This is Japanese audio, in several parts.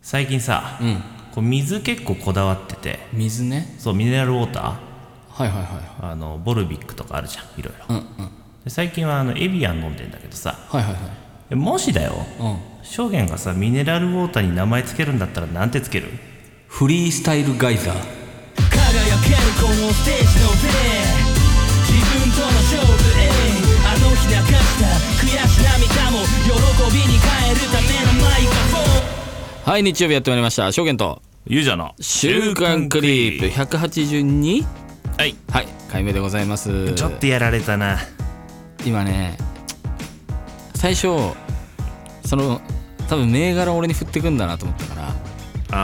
最近さ、こう水結構こだわってて。 水ね。 そう、ミネラルウォーター、 はいはいはい。 ボルビックとかあるじゃん、いろいろ。で最近はエビアン飲んでんだけどさ、 はいはいはい。 もしだよ、証言がさミネラルウォーターに名前つけるんだったらなんてつける？ フリースタイルガイザー。 輝けるこのステージの上、自分との勝負へ。あの日流した悔し涙も喜びに変えるためのマイクロフォン。 はい、日曜日やってまいりました。証言とゆうじゃの週刊クリープ 182 はい回目でございます。 ちょっとやられたな。 今ね、最初多分銘柄俺に振ってくんだなと思ったから、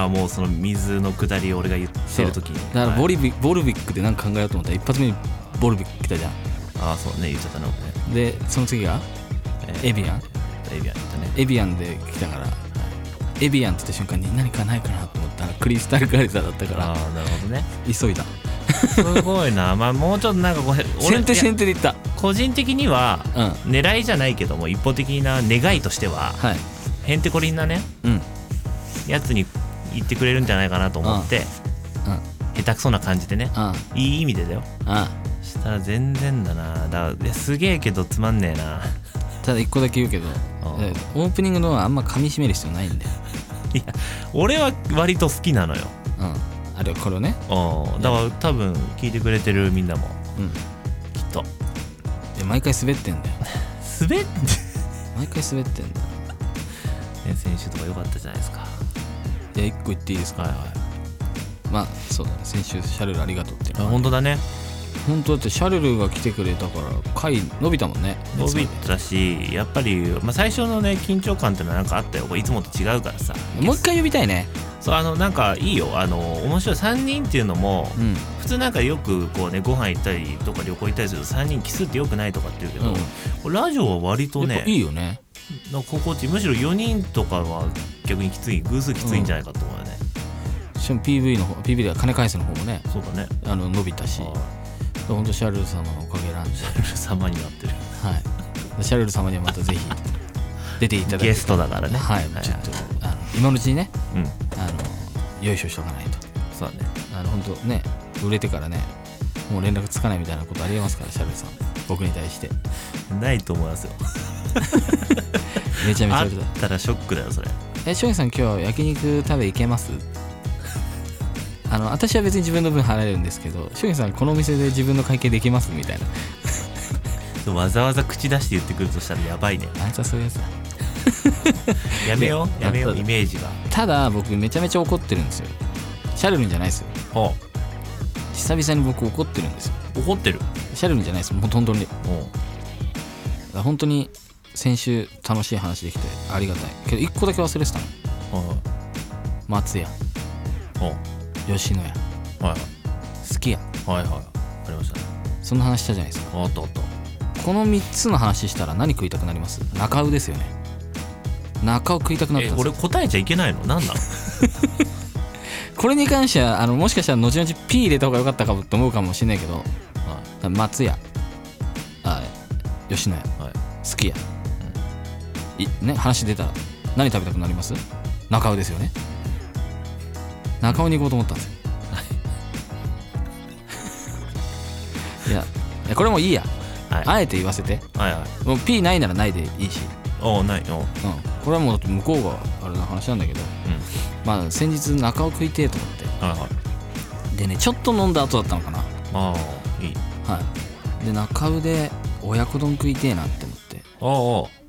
もうその水の下り俺が言ってる時に、 だからボルビックで何か考えようと思ったら一発目にボルビック来たじゃん。 そうね、言っちゃったね俺ね。 でその次がエビアン言ったね。 エビアンで来たから、エビアンって言った瞬間に何かないかなと思ったらクリスタルガイザーだったから、 なるほどね。 急いだ。 すごいな。もうちょっとなんか先手で言った。 個人的には、狙いじゃないけども一方的な願いとしては、へんてこりんなね、やつに言ってくれるんじゃないかなと思って、下手くそな感じでね、いい意味でだよ。したら全然だな。だからすげえけどつまんねえな。 ただ一個だけ言うけど、オープニングのはあんま噛み締める必要ないんだよ。 いや俺は割と好きなのよ。 あれこれをね。 だから多分聞いてくれてるみんなも、きっと毎回滑ってんだよ。 滑って毎回滑ってんだよ。 先週とか良かったじゃないですか。 いや一個言っていいですか？まあそうだね、先週シャルルありがとうっていう。 本当だね。 本当だってシャルルが来てくれたから回伸びたもんね。 伸びたし、やっぱり、最初のね緊張感ってのはなんかあったよ。これいつもと違うからさ。 もう一回呼びたいね。 そうなんかいいよ。面白い3人っていうのも、普通なんかよくこうねご飯行ったりとか旅行行ったりすると3人キスってよくないとかって言うけど、これラジオは割とねいいよね。 心地、むしろ4人とかは逆にきつい、偶数きついんじゃないかと思うよね。 しかも PV では金返すの方もね、 そうだね、 伸びたし、本当シャルル様のおかげなんで。 シャルル様になってる。 シャルル様にはまたぜひ出ていただいて、 ゲストだからね。 ちょっと今のうちにね、よいしょしとかないと。 そうだね。 本当ね、売れてからねもう連絡つかないみたいなことありえますから、シャルルさん僕に対して。 ないと思いますよ。 めちゃめちゃあったらショックだよそれ。 翔平さん今日焼肉食べ行けます？私は別に自分の分払えるんですけど、翔平さんこのお店で自分の会計できますみたいな。 わざわざ口出して言ってくるとしたらやばいね。 あいつはそういうやつだ。 やめようイメージが。 ただ僕めちゃめちゃ怒ってるんですよ。シャルルンじゃないですよ。久々に僕怒ってるんですよ。 怒ってる？ シャルルンじゃないです。もう本当に本当に先週楽しい話できてありがたいけど、一個だけ忘れてたの。松屋、吉野家、すき家、ありましたね。 そんな話したじゃないですか。 あった。 この3つの話したら何食いたくなります？中尾ですよね。中尾食いたくなったんですよ。 俺答えちゃいけないの？なんなの？ これに関してはもしかしたら後々 P 入れた方が良かったかもと思うかもしれないけど、松屋、吉野家、すき家、ね、話出たら何食べたくなります？中尾ですよね。中尾に行こうと思ったんですよ。いやこれもいいや、あえて言わせて。もう P ないならないでいいし。 ない。 これはもう向こうがあれの話なんだけど、先日中尾食いてえと思って、でねちょっと飲んだ後だったのかな。 いい。 で中尾で親子丼食いてえなって思って、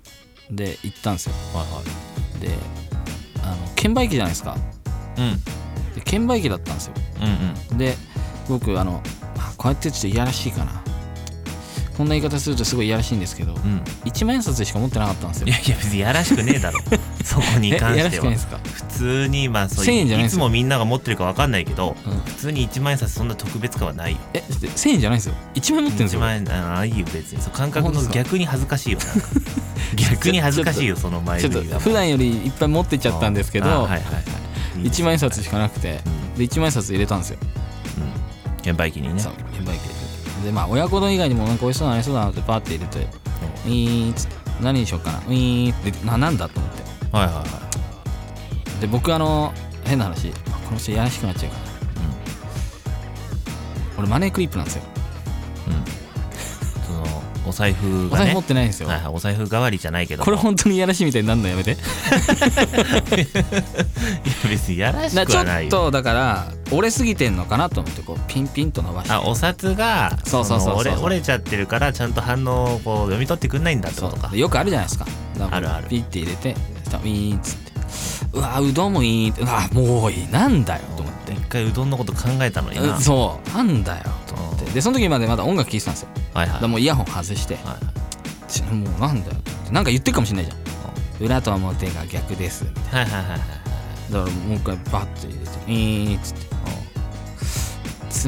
で行ったんですよ。で券売機じゃないですか。で券売機だったんですよ。で僕こうやってちょっといやらしいかな、こんな言い方するとすごいいやらしいんですけど、1万円札しか持ってなかったんですよ。 いや別にやらしくねえだろ。そこに関しては。 やらしくないですか？ 普通にそう 1000円じゃないですよ。 いつもみんなが持ってるか分かんないけど、普通に1万円札そんな特別感はないよ。 1000円じゃないですよ。1万円持ってるんですよ。 1万円いいよ別に。感覚の逆に恥ずかしいよ。なんか逆に恥ずかしいよその前ちょっと普段よりいっぱい持ってっちゃったんですけど、1万円札しかなくて、で1万円札入れたんですよ。 券売機にね。 そう券売機で親子丼以外にもなんか美味しそうなのありそうだなってパーって入れて、何にしようかな、ってなんだと思って、 で僕変な話、この人やらしくなっちゃうから、俺マネークリップなんですよ。 そのお財布がね、 お財布持ってないんですよ。 お財布代わりじゃないけど、 これ本当にやらしいみたいになるのやめて。いや別にやらしくはないよ。 ちょっとだから折れすぎてんのかなと思って、こうピンピンと伸ばして、 お札がそう折れちゃってるから、ちゃんと反応をこう読み取ってくんないんだってことか。 よくあるじゃないですか。 あるある。 ピッて入れてウィーンっつって、うわうどんもいいって、うわもういい、なんだよと思って、 一回うどんのこと考えたのにな。 そうなんだよと思って、でその時までまだ音楽聴いてたんですよ。でもうイヤホン外して、もうなんだよと思って、なんか言ってるかもしれないじゃん。裏と表が逆ですみたいな。だからもう一回バッと入れてウィーンっつって、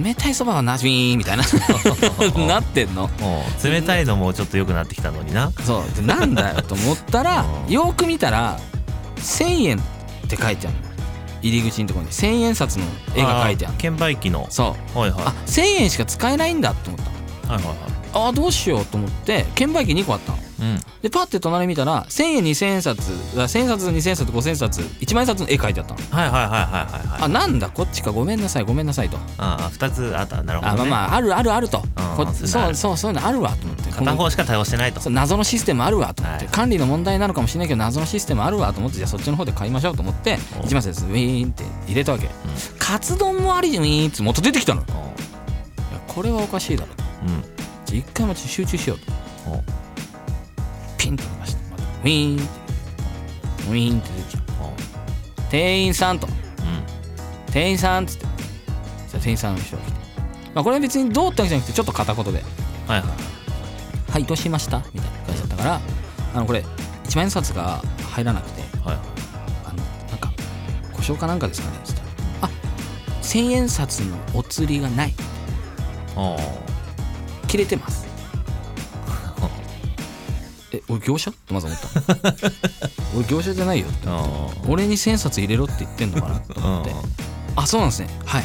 冷たいそばはなしウィーンみたいななってんの。 冷たいのもちょっと良くなってきたのにな。 そうで、なんだよと思ったらよーく見たら1000円って書いてあるの。入り口のところに1000円札の絵が描いてある。 券売機の。 そう、 はいはい、 1000円しか使えないんだと思ったの。 はいはいはい。 どうしようと思って券売機2個あったの。でパッて隣見たら1000円2000円札、1000円札2000円札5000円札1万円札の絵描いてあったの。 はいはいはいはいはい。 なんだこっちか、ごめんなさいごめんなさいと。 2つあった。なるほどね。 まああると、そういうのあるわと思って、 片方しか対応してないと。 謎のシステムあるわと思って、管理の問題なのかもしれないけど謎のシステムあるわと思って、じゃあそっちの方で買いましょうと思って1万円札ウィーンって入れたわけ。カツ丼もありウィーンって元出てきたの。これはおかしいだろと。じゃあ一回集中しようと。ピンと伸ばして、またウィーンってウィーンって出てきた。店員さんと、店員さんっつって、じゃあ店員さんの人が来て、これは別にどうってわけじゃなくて、ちょっと片言ではいどうしましたみたいな感じだったから、これ1万円札が入らなくて、なんか故障かなんかですかねっつったら、1000円札のお釣りがない切れてます俺業者ってまず思った俺業者じゃないよって思って、俺に1000冊入れろって言ってんのかなと思って、そうなんですね、はい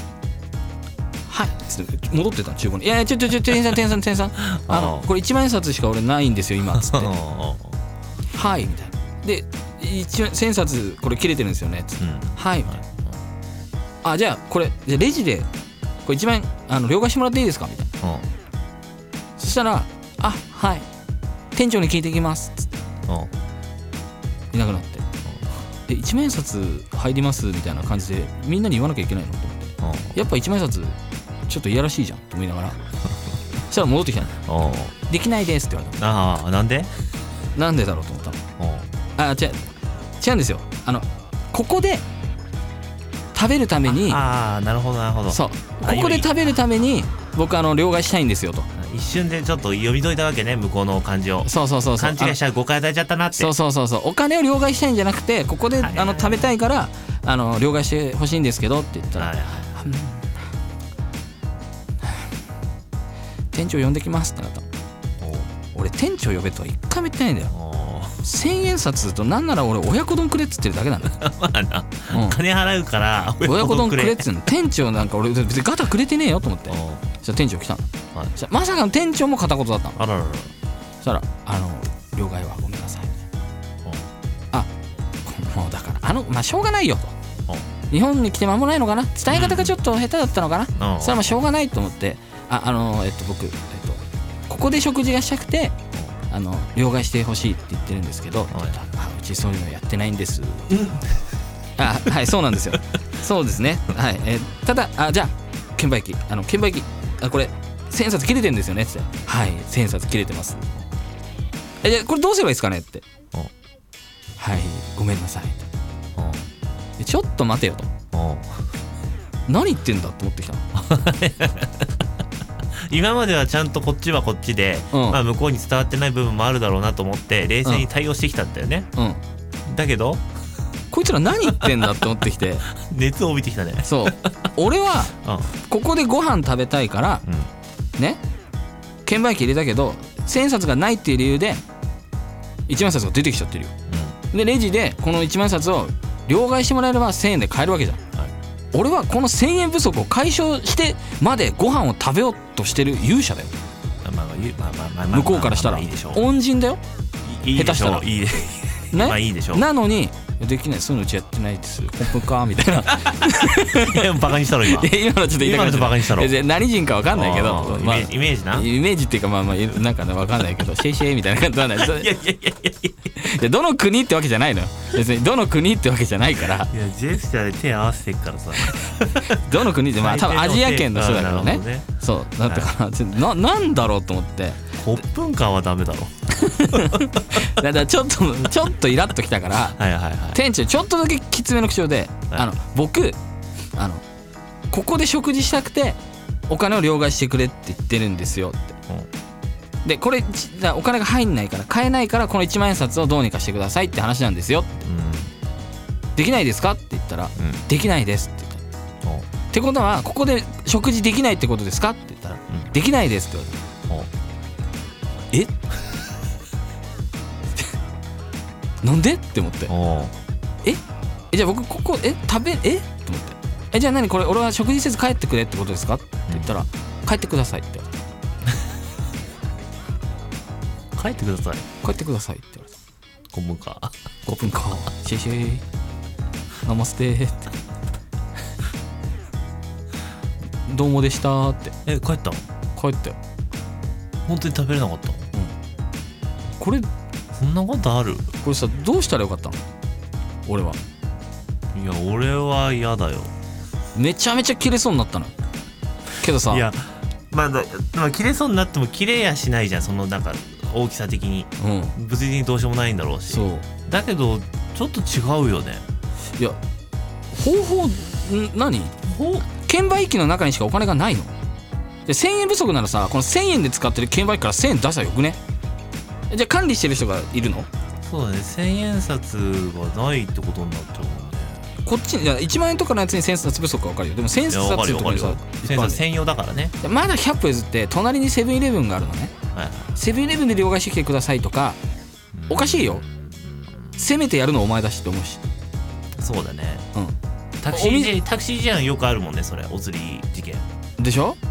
戻ってたの厨房に。いや店員さんこれ1万円札しか俺ないんですよ今っつってはいみたいな。で1000冊これ切れてるんですよねっつって、はいみたいな。じゃあこれレジでこれ1万円両替してもらっていいですかみたいな。そしたらはい店長に聞いてきますっつっていなくなって、1万円札入りますみたいな感じでみんなに言わなきゃいけないのと思って、やっぱ1万円札ちょっといやらしいじゃんと思いながらそしたら戻ってきたの。できないですって言われた。 なんでだろうと思ったの。違うんですよ。ここで食べるために、 なるほどなるほど。 そうここで食べるために僕両替したいんですよと。 一瞬でちょっと読み解いたわけね、向こうの感じを。 そう勘違いしちゃう、誤解与えちゃったなって。 そうお金を両替したいんじゃなくて、ここで食べたいから両替してほしいんですけどって言ったら、店長呼んできますってなったの。俺店長呼べとは一回も言ってないんだよ。1000円札となんなら俺親子丼くれっつってるだけなんだよまあな、金払うから親子丼くれっつうの。店長なんか俺別にガタくれてねえよと思って。じゃあ店長来たの。まさかの店長も片言だったの。そしたら両替はごめんなさい。もうだからしょうがないよと。日本に来て間もないのかな、伝え方がちょっと下手だったのかな、それはしょうがないと思って、僕ここで食事がしたくて両替してほしいって言ってるんですけど、うちそういうのやってないんですはいそうなんですよそうですね、はい、ただじゃあ券売機これ1000円札切れてるんですよねって言って、はい1000円札切れてます。じゃあこれどうすればいいですかねって、はいごめんなさいと。ちょっと待てよと。何言ってんだって思ってきた今まではちゃんとこっちはこっちで、向こうに伝わってない部分もあるだろうなと思って冷静に対応してきたんだよね。だけどこいつら何言ってんだって思ってきて熱を帯びてきたね。 そう俺はここでご飯食べたいからね、券売機入れたけど1000円札がないっていう理由で1万円札が出てきちゃってるよ。でレジでこの1万円札を両替してもらえれば1000円で買えるわけじゃん。俺はこの1000円不足を解消してまでご飯を食べようとしてる勇者だよ。向こうからしたら恩人だよ。下手したらいいでしょう。 なのにできない、そういうのうちやってないですコップかみたいなバカにしたろ今今のちょっと言いたくなっちゃった。 今のバカにしたろ。 何人か分かんないけど、 まあ、イメージな、 イメージっていうかまあなんかね分かんないけどシェイシェイみたいな感じなんだよ。いやどの国ってわけじゃないのよ、別にどの国ってわけじゃないから。 いやジェスチャーで手合わせてっからさどの国ってまあ多分アジア圏の人だからね。そうだったからなんだろうと思って。 コップンカーはダメだろだからちょっとイラッときたからはいはい、はい、 店長ちょっとだけきつめの口調で、はい、僕ここで食事したくてお金を両替してくれって言ってるんですよって、うん、でこれお金が入んないから買えないからこの1万円札をどうにかしてくださいって話なんですよって、うん、できないですかって言ったら、うん、できないですって言った、ってことはここで食事できないってことですかって言ったら、うん、できないですって言われた。えなんでって思って、じゃあ僕ここ食べって思ってじゃあ何これ俺は食事せず帰ってくれってことですかって言ったら、帰ってくださいって帰ってください帰ってくださいって言われた。 5分かシェイシェイナマステってどうもでしたって。 帰ったの？ 帰ったよ。 本当に食べれなかった？うん。 これそんなことある？ これさどうしたらよかったの？俺は。 いや俺は嫌だよ。 めちゃめちゃ切れそうになったの。けどさ。 いやまあ切れそうになっても切れやしないじゃん、そのなんか大きさ的に。うん。物理的にどうしようもないんだろうし。そう。だけどちょっと違うよね。いや方法何？券売機の中にしかお金がないの？で1000円不足ならさこの1000円で使ってる券売機から1000円出したらよくね？じゃあ管理してる人がいるの？ そうだね、1000円札がないってことになっちゃうもんね。 こっちに1万円とかのやつに1000円札不足は分かるよ。でも1000円札ってとこにさ 1000円札専用だからね。 まだ100歩譲って隣にセブンイレブンがあるのね、はいはい、セブンイレブンで両替してきてくださいとかおかしいよ。せめてやるのお前だしって思うし。 そうだね、うん、タクシー事案よくあるもんねそれ、お釣り事件でしょ。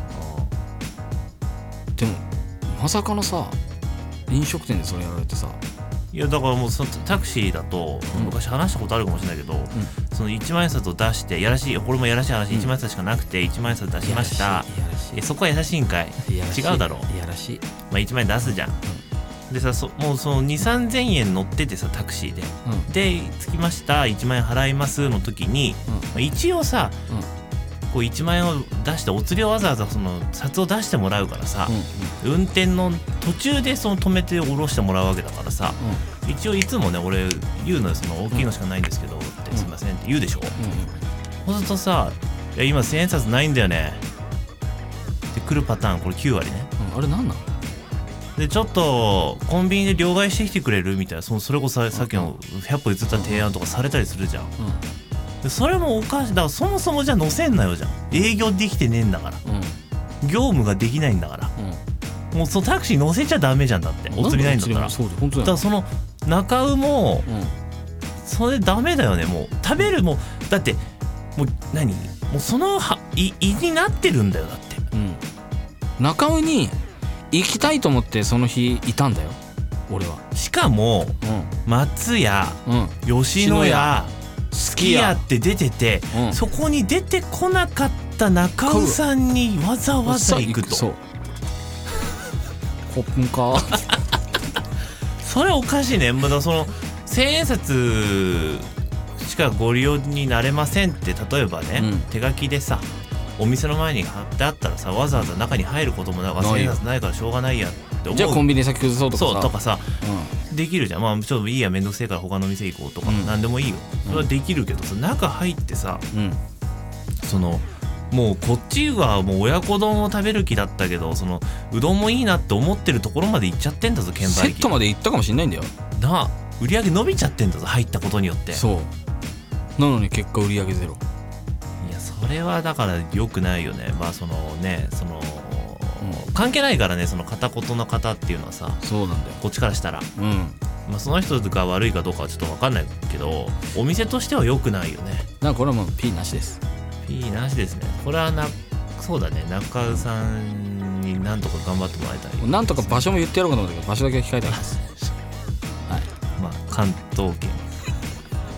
でもまさかのさ飲食店でそれやられてさ。 いやだからもうそのタクシーだと、昔話したことあるかもしれないけど、その1万円札を出してやらしい、これもやらしい話、1万円札しかなくて1万円札出しました。そこは優しいんかい？違うだろう。 やらしい。 まあ1万円出すじゃん。でさもうその 2,3000 円乗っててさタクシーで、で着きました1万円払いますの時に、一応さ、こう1万円を出してお釣りをわざわざその札を出してもらうからさ、運転の途中でその止めて下ろしてもらうわけだからさ、一応いつもね俺言うのよ、その大きいのしかないんですけどってすいませんって言うでしょ。そうするとさ、いや今1000円札ないんだよねって来るパターン、これ9割ね。 あれなんなんでちょっとコンビニで両替してきてくれるみたいな、それこそさっきの100歩譲った提案とかされたりするじゃん。でそれもおかしい。だからそもそもじゃあ乗せんなよじゃん。営業できてねえんだから、業務ができないんだから、もうそのタクシー乗せちゃダメじゃん。だってお釣りないんだったら。だからその中尾も、それダメだよね。もう食べるもだってもう何もうその胃になってるんだよだって、 中尾に行きたいと思ってその日いたんだよ俺は。 しかも、松屋、吉野家、すき家って出てて、そこに出てこなかった中尾さんにわざわざ行くと。そうコップンかそれおかしいね。まだその1000円札しかご利用になれませんって例えばね、手書きでさお店の前に貼ってあったらさ、わざわざ中に入ることもなく、1000円札ないからしょうがないやって思う。 じゃあコンビニで先崩そうとかさ。 そうとかさ、できるじゃん。まあちょっといいや、めんどくせえから他の店行こうとか、なんでもいいよ。それはできるけどさ、中入ってさ、そのもうこっちはもう親子丼を食べる気だったけど、そのうどんもいいなって思ってるところまで行っちゃってんだぞ、券売機。 セットまで行ったかもしれないんだよな。売り上げ伸びちゃってんだぞ、入ったことによって。 そうなのに結果売り上げゼロ。 いやそれはだから良くないよね。まあそのね、その、関係ないからね、その片言の方っていうのはさ。 そうなんだよ、 こっちからしたら。まあ、その人が悪いかどうかはちょっと分かんないけど、お店としては良くないよね。 なんかこれはもう P なしです。 P なしですね。これはそうだね、中尾さんになんとか頑張ってもらいたい。 なんとか場所も言ってやろうかと思ったけど、場所だけは控えてありますはい。 まあ関東圏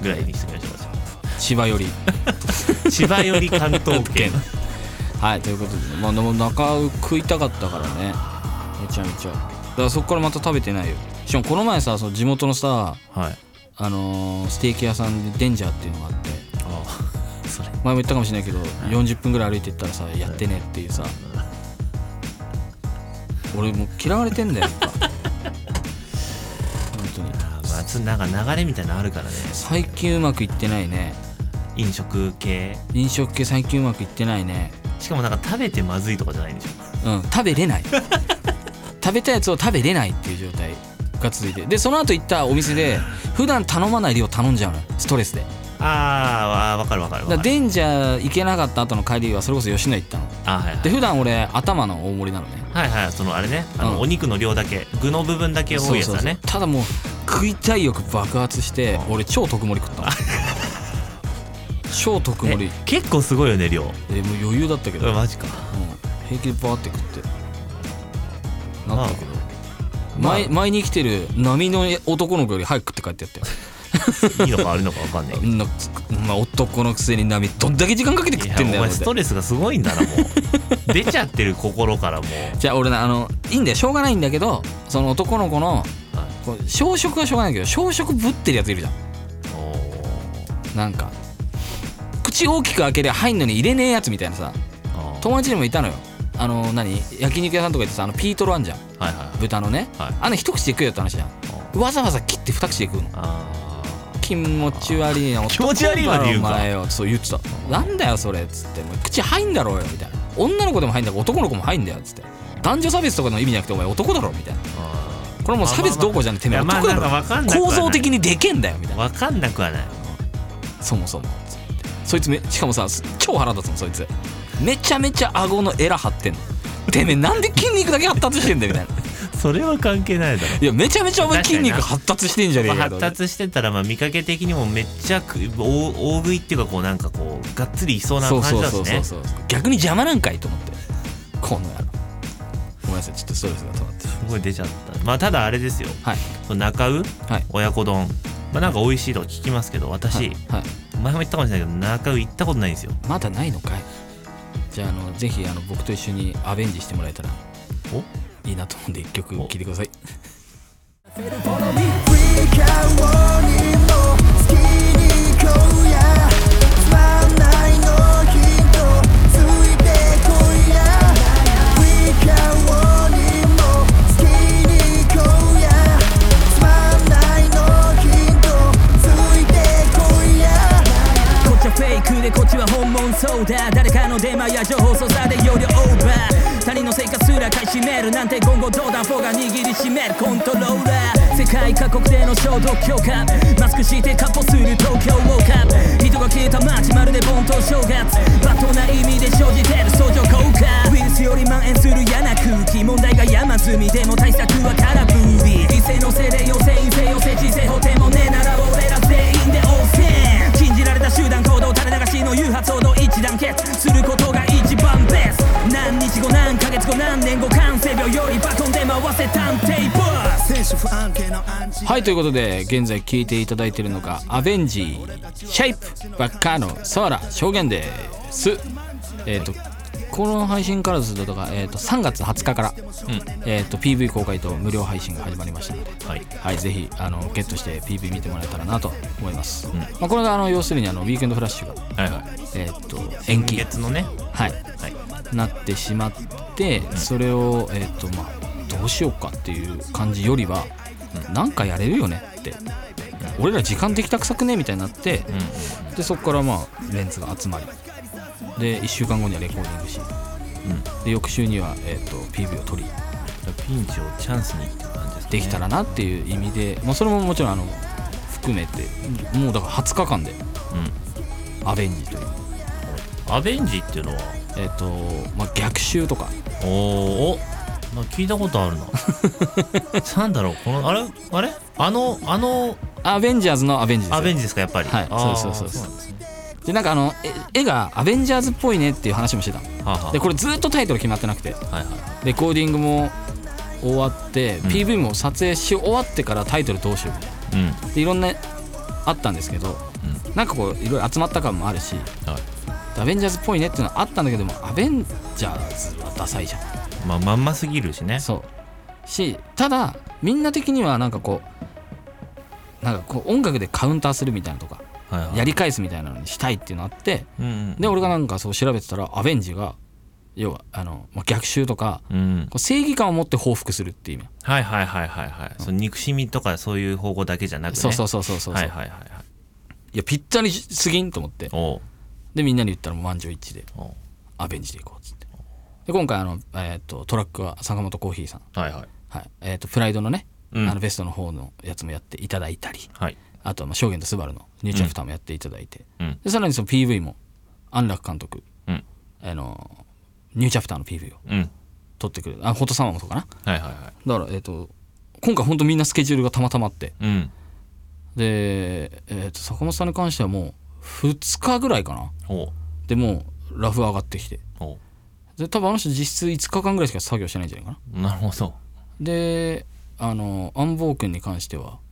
ぐらいにしてみましょう。 千葉より千葉より関東圏はい、ということで、まあでも中尾食いたかったからね、めちゃめちゃ。だからそこからまた食べてないよ。しかもこの前さ、その地元のさ、はい、ステーキ屋さんでデンジャーっていうのがあって、それ前も言ったかもしれないけど、40分ぐらい歩いてったらさ、やってねっていうさ、俺もう嫌われてんだよやっぱ本当に。 なんか流れみたいなのあるからね。 最近うまくいってないね。 飲食系最近うまくいってないね。 しかもなんか食べてまずいとかじゃないんでしょ。 うん、食べれない食べたやつを食べれないっていう状態が続いて、でその後行ったお店で普段頼まない量頼んじゃうのよ、ストレスで。 ああ、分かる分かる。 だデンジャー行けなかった後の帰りはそれこそ吉野行ったの。 はいはい、 で普段俺頭の大盛りなのね。 はいはい、そのあれね、お肉の量だけ、具の部分だけ多いやつだね。そうただもう食いたい欲爆発して、俺超特盛り食ったの超特盛り。 結構すごいよね量。もう余裕だったけど。 マジか。 平気でバーって食ってなったけど、前に来てる波の男の子より早く食って帰ってやったよいいのか悪いのか分かんないけど男のくせに波どんだけ時間かけて食ってんだよ。 お前ストレスがすごいんだな、もう出ちゃってる心から。もうじゃあ俺いいんだよ、しょうがないんだけど、その男の子の小食はしょうがないけど、小食ぶってるやついるじゃん。なんか口大きく開けりゃ入んのに入れねえやつみたいなさ、友達にもいたのよ。焼肉屋さんとか行ってさ、ピートロあんじゃん、はいはい、豚のね、はい、あの一口で食えよって話じゃん。わざわざ切って二口で食うの。気持ち悪いな、 気持ち悪いわって言うか。 お前よ、そう言ってた。なんだよそれっつって、口入んだろうよみたいな。女の子でも入んだから男の子も入んだよっつって、男女差別とかの意味じゃなくてお前男だろみたいな。これもう差別どうこうじゃなくて、てめえ男だろ、構造的にでけんだよみたいな。 分かんなくはない、 そもそも。そいつしかもさ、超腹立つのそいつ。めちゃめちゃ顎のエラ張ってんの。てめえなんで筋肉だけ発達してんだよみたいなそれは関係ないだろ。 いやめちゃめちゃお前筋肉発達してんじゃねえか。 発達してたら見かけ的にもめっちゃ大食いっていうか、こうなんかこうがっつりいそうな感じだしね。そう逆に邪魔なんかいと思って、この野郎。ごめんなさい、ちょっとストレスが溜まってすごい出ちゃった。ただあれですよ、はい、中尾、はい、親子丼、なんか美味しいと聞きますけど、私、はいはい、前も言ったかもしれないけど中尾行ったことないんですよ。 まだないのかい。じゃあぜひ僕と一緒にアベンジしてもらえたらいいなと思うんで、一曲聴いてください。 フェイクでこっちは本物そうだ。誰かのデマや情報操作で容量オーバー。他人の生活すら買い占めるなんて言語道断、フォが握りしめるコントローラー。世界各国での消毒強化、マスクしてカポする東京ウォーカー。人が消えた街まるで盆と正月、バットな意味で生じてる相乗効果。ウイルスより蔓延する嫌な空気、問題が山積みでも対策は空振り。異性のせいで要請陰性要請知性法廷もねえなら俺ら全員で応戦。禁じられた集団行動、垂れ流しの誘発報道一致団結することが一番ベスト。何日後何ヶ月後何年後、完成秒よりバトンで回せ探偵ボス。 はい、ということで現在聴いていただいているのがアベンジシェイプばっかのソーラ証言です。この配信からすると3月20日から、PV 公開と無料配信が始まりましたので、はい、ぜひゲットして PV 見てもらえたらなと思います。これが要するにウィークエンドフラッシュが、延期月のね、 なってしまって、それをどうしようかっていう感じよりは、なんかやれるよねって、俺ら時間できたくさくねみたいになって、でそこからレンズが集まりで1週間後にはレコーディングし、で翌週には、PV を撮り、 ピンチをチャンスにって感じですね。 できたらなっていう意味で、それももちろん含めてもうだから20日間で、アベンジというアベンジっていうのは逆襲とか。 お聞いたことあるななんだろう、このあれアベンジャーズのアベンジですよ。 アベンジですか、やっぱり。 はい、そうでなんか絵がアベンジャーズっぽいねっていう話もしてた。でこれずっとタイトル決まってなくて、レコーディングも終わって、PV も撮影し終わってからタイトルどうしようみたいな、でいろんなあったんですけど、 なんかこういろいろ集まった感もあるし、アベンジャーズっぽいねっていうのはあったんだけども、アベンジャーズはダサいじゃん。 まんますぎるしね。 そうし、ただみんな的にはなんかこう音楽でカウンターするみたいなとか、やり返すみたいなのにしたいっていうのあって、で俺がなんかそう調べてたら、アベンジが要は逆襲とか、こう正義感を持って報復するっていう意味。 その憎しみとかそういう方向だけじゃなくね。 そういやぴったりすぎんと思って、でみんなに言ったらもう満場一致でアベンジでいこうっつって。で今回トラックは坂本コーヒーさん、プライドのね、ベストの方のやつもやっていただいたり、あとは証言とスバルのニューチャプターもやっていただいて、でさらにその PV も安楽監督、ニューチャプターの PV を撮ってくれる、フォトサマーもそうかな。だから今回本当みんなスケジュールがたまたまあって、で坂本さんに関してはもう2日ぐらいかな。でもうラフ上がってきて、で多分人実質5日間ぐらいしか作業してないんじゃないかな。なるほど。でアンボー君に関しては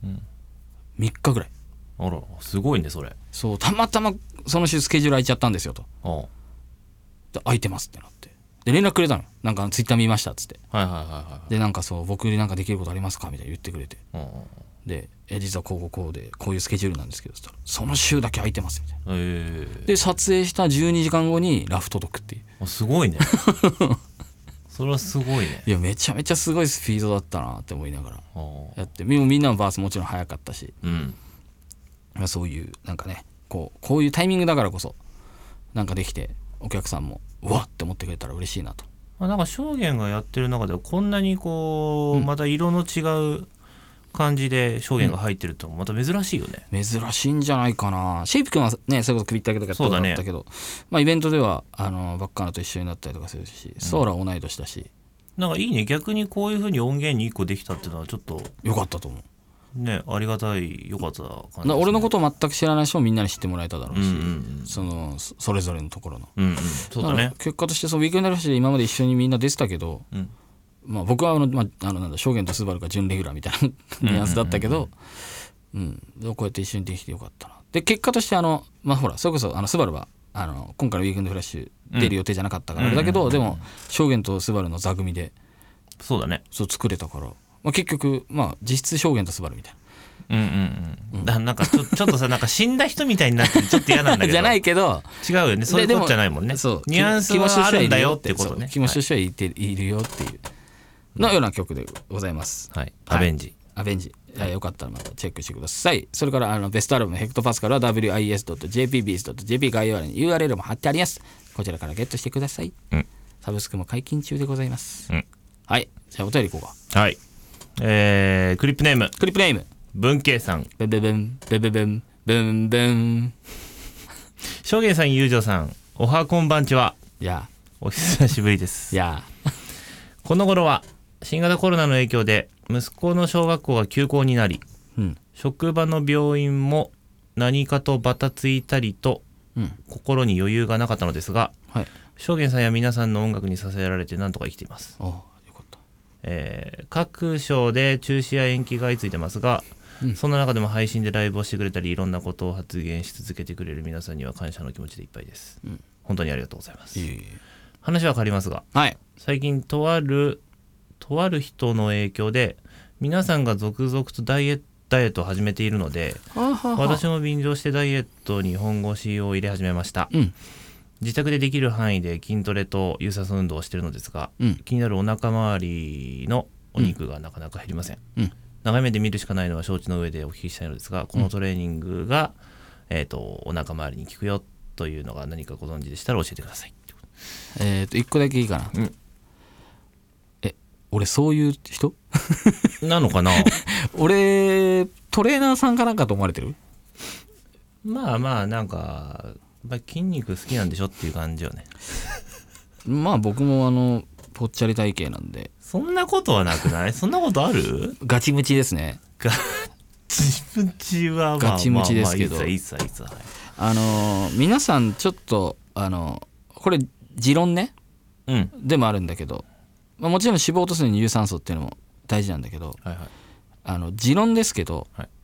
3日ぐらい。 あらすごいねそれ。 そうたまたまその週スケジュール空いちゃったんですよと。で空いてますってなって、で連絡くれたの。なんかツイッター見ましたっつって、でなんかそう僕になんかできることありますかみたいな言ってくれて、で実はこうでこういうスケジュールなんですけど、その週だけ空いてますみたいな。で撮影した12時間後にラフ届くっていう。 すごいねそれはすごいね。 いやめちゃめちゃすごいスピードだったなって思いながらやって、みんなのバースもちろん早かったし、そういうなんかねこういうタイミングだからこそなんかできて、お客さんもうわって思ってくれたら嬉しいなと。 なんか証言がやってる中ではこんなにこう、また色の違う感じで証言が入ってるとまた珍しいよね。 珍しいんじゃないかな。シェイプ君はねそれこそ首ったけとかやったけど、イベントではバッカーナと一緒になったりとかするし、ソーラ同い年だし、 なんかいいね。逆にこういう風に音源に1個できたっていうのはちょっと良かったと思うね。ありがたい、良かった感じですね。 俺のことを全く知らない人もみんなに知ってもらえただろうし、それぞれのところの、 そうだね。 結果としてウィークエンドラッシュで今まで一緒にみんな出てたけど、僕は証言とスバルが準レギュラーみたいなニュアンスだったけど、こうやって一緒にできてよかったな。で結果としてほらそれこそスバルは今回のウィークエンドフラッシュ出る予定じゃなかったからあれだけど、でも証言とスバルの座組でそうだね、 そう作れたから、結局実質証言とスバルみたいな。なんかちょっとさなんか死んだ人みたいになってちょっと嫌なんだけどじゃないけど違うよね。そういうことじゃないもんね。そうニュアンスはあるんだよってことね。 気持ちとしてはいるよっていうのような曲でございます。 アベンジ、 よかったらまたチェックしてください。それからベストアルバムヘクトパスカルは wis.jpbeats.jp 概要欄に URL も貼ってあります。こちらからゲットしてください。サブスクも解禁中でございます。はい、じゃあお便りいこうか。はい、 クリップネーム文慶さん。 ブンブンブンブンブンブンブン。 証言さん、友情さん、おはこんばんちは。 やお久しぶりです。 やこの頃は新型コロナの影響で息子の小学校が休校になり、職場の病院も何かとバタついたりと、心に余裕がなかったのですが、証言さんや皆さんの音楽に支えられて何とか生きています。各所で中止や延期が相次いでますが、そんな中でも配信でライブをしてくれたりいろんなことを発言し続けてくれる皆さんには感謝の気持ちでいっぱいです。本当にありがとうございます。話は変わりますが、最近とある人の影響で皆さんが続々とダイエットを始めているので、私も便乗してダイエットに本腰を入れ始めました。自宅でできる範囲で筋トレと有酸素運動をしているのですが、気になるお腹周りのお肉がなかなか減りません。長い目で見るしかないのは承知の上でお聞きしたいのですが、このトレーニングが、お腹周りに効くよというのが何かご存知でしたら教えてください。 1個だけいいかな。俺そういう人なのかな俺トレーナーさんかなんかと思われてる？ なんか筋肉好きなんでしょっていう感じよね。 僕もぽっちゃり体型なんで。 そんなことはなくない？そんなことある？ ガチムチですね。 ガチムチはガチムチですけど、皆さんちょっとこれ持論ね、でもあるんだけど、もちろん脂肪を落とすのに有酸素っていうのも大事なんだけど、持論ですけど、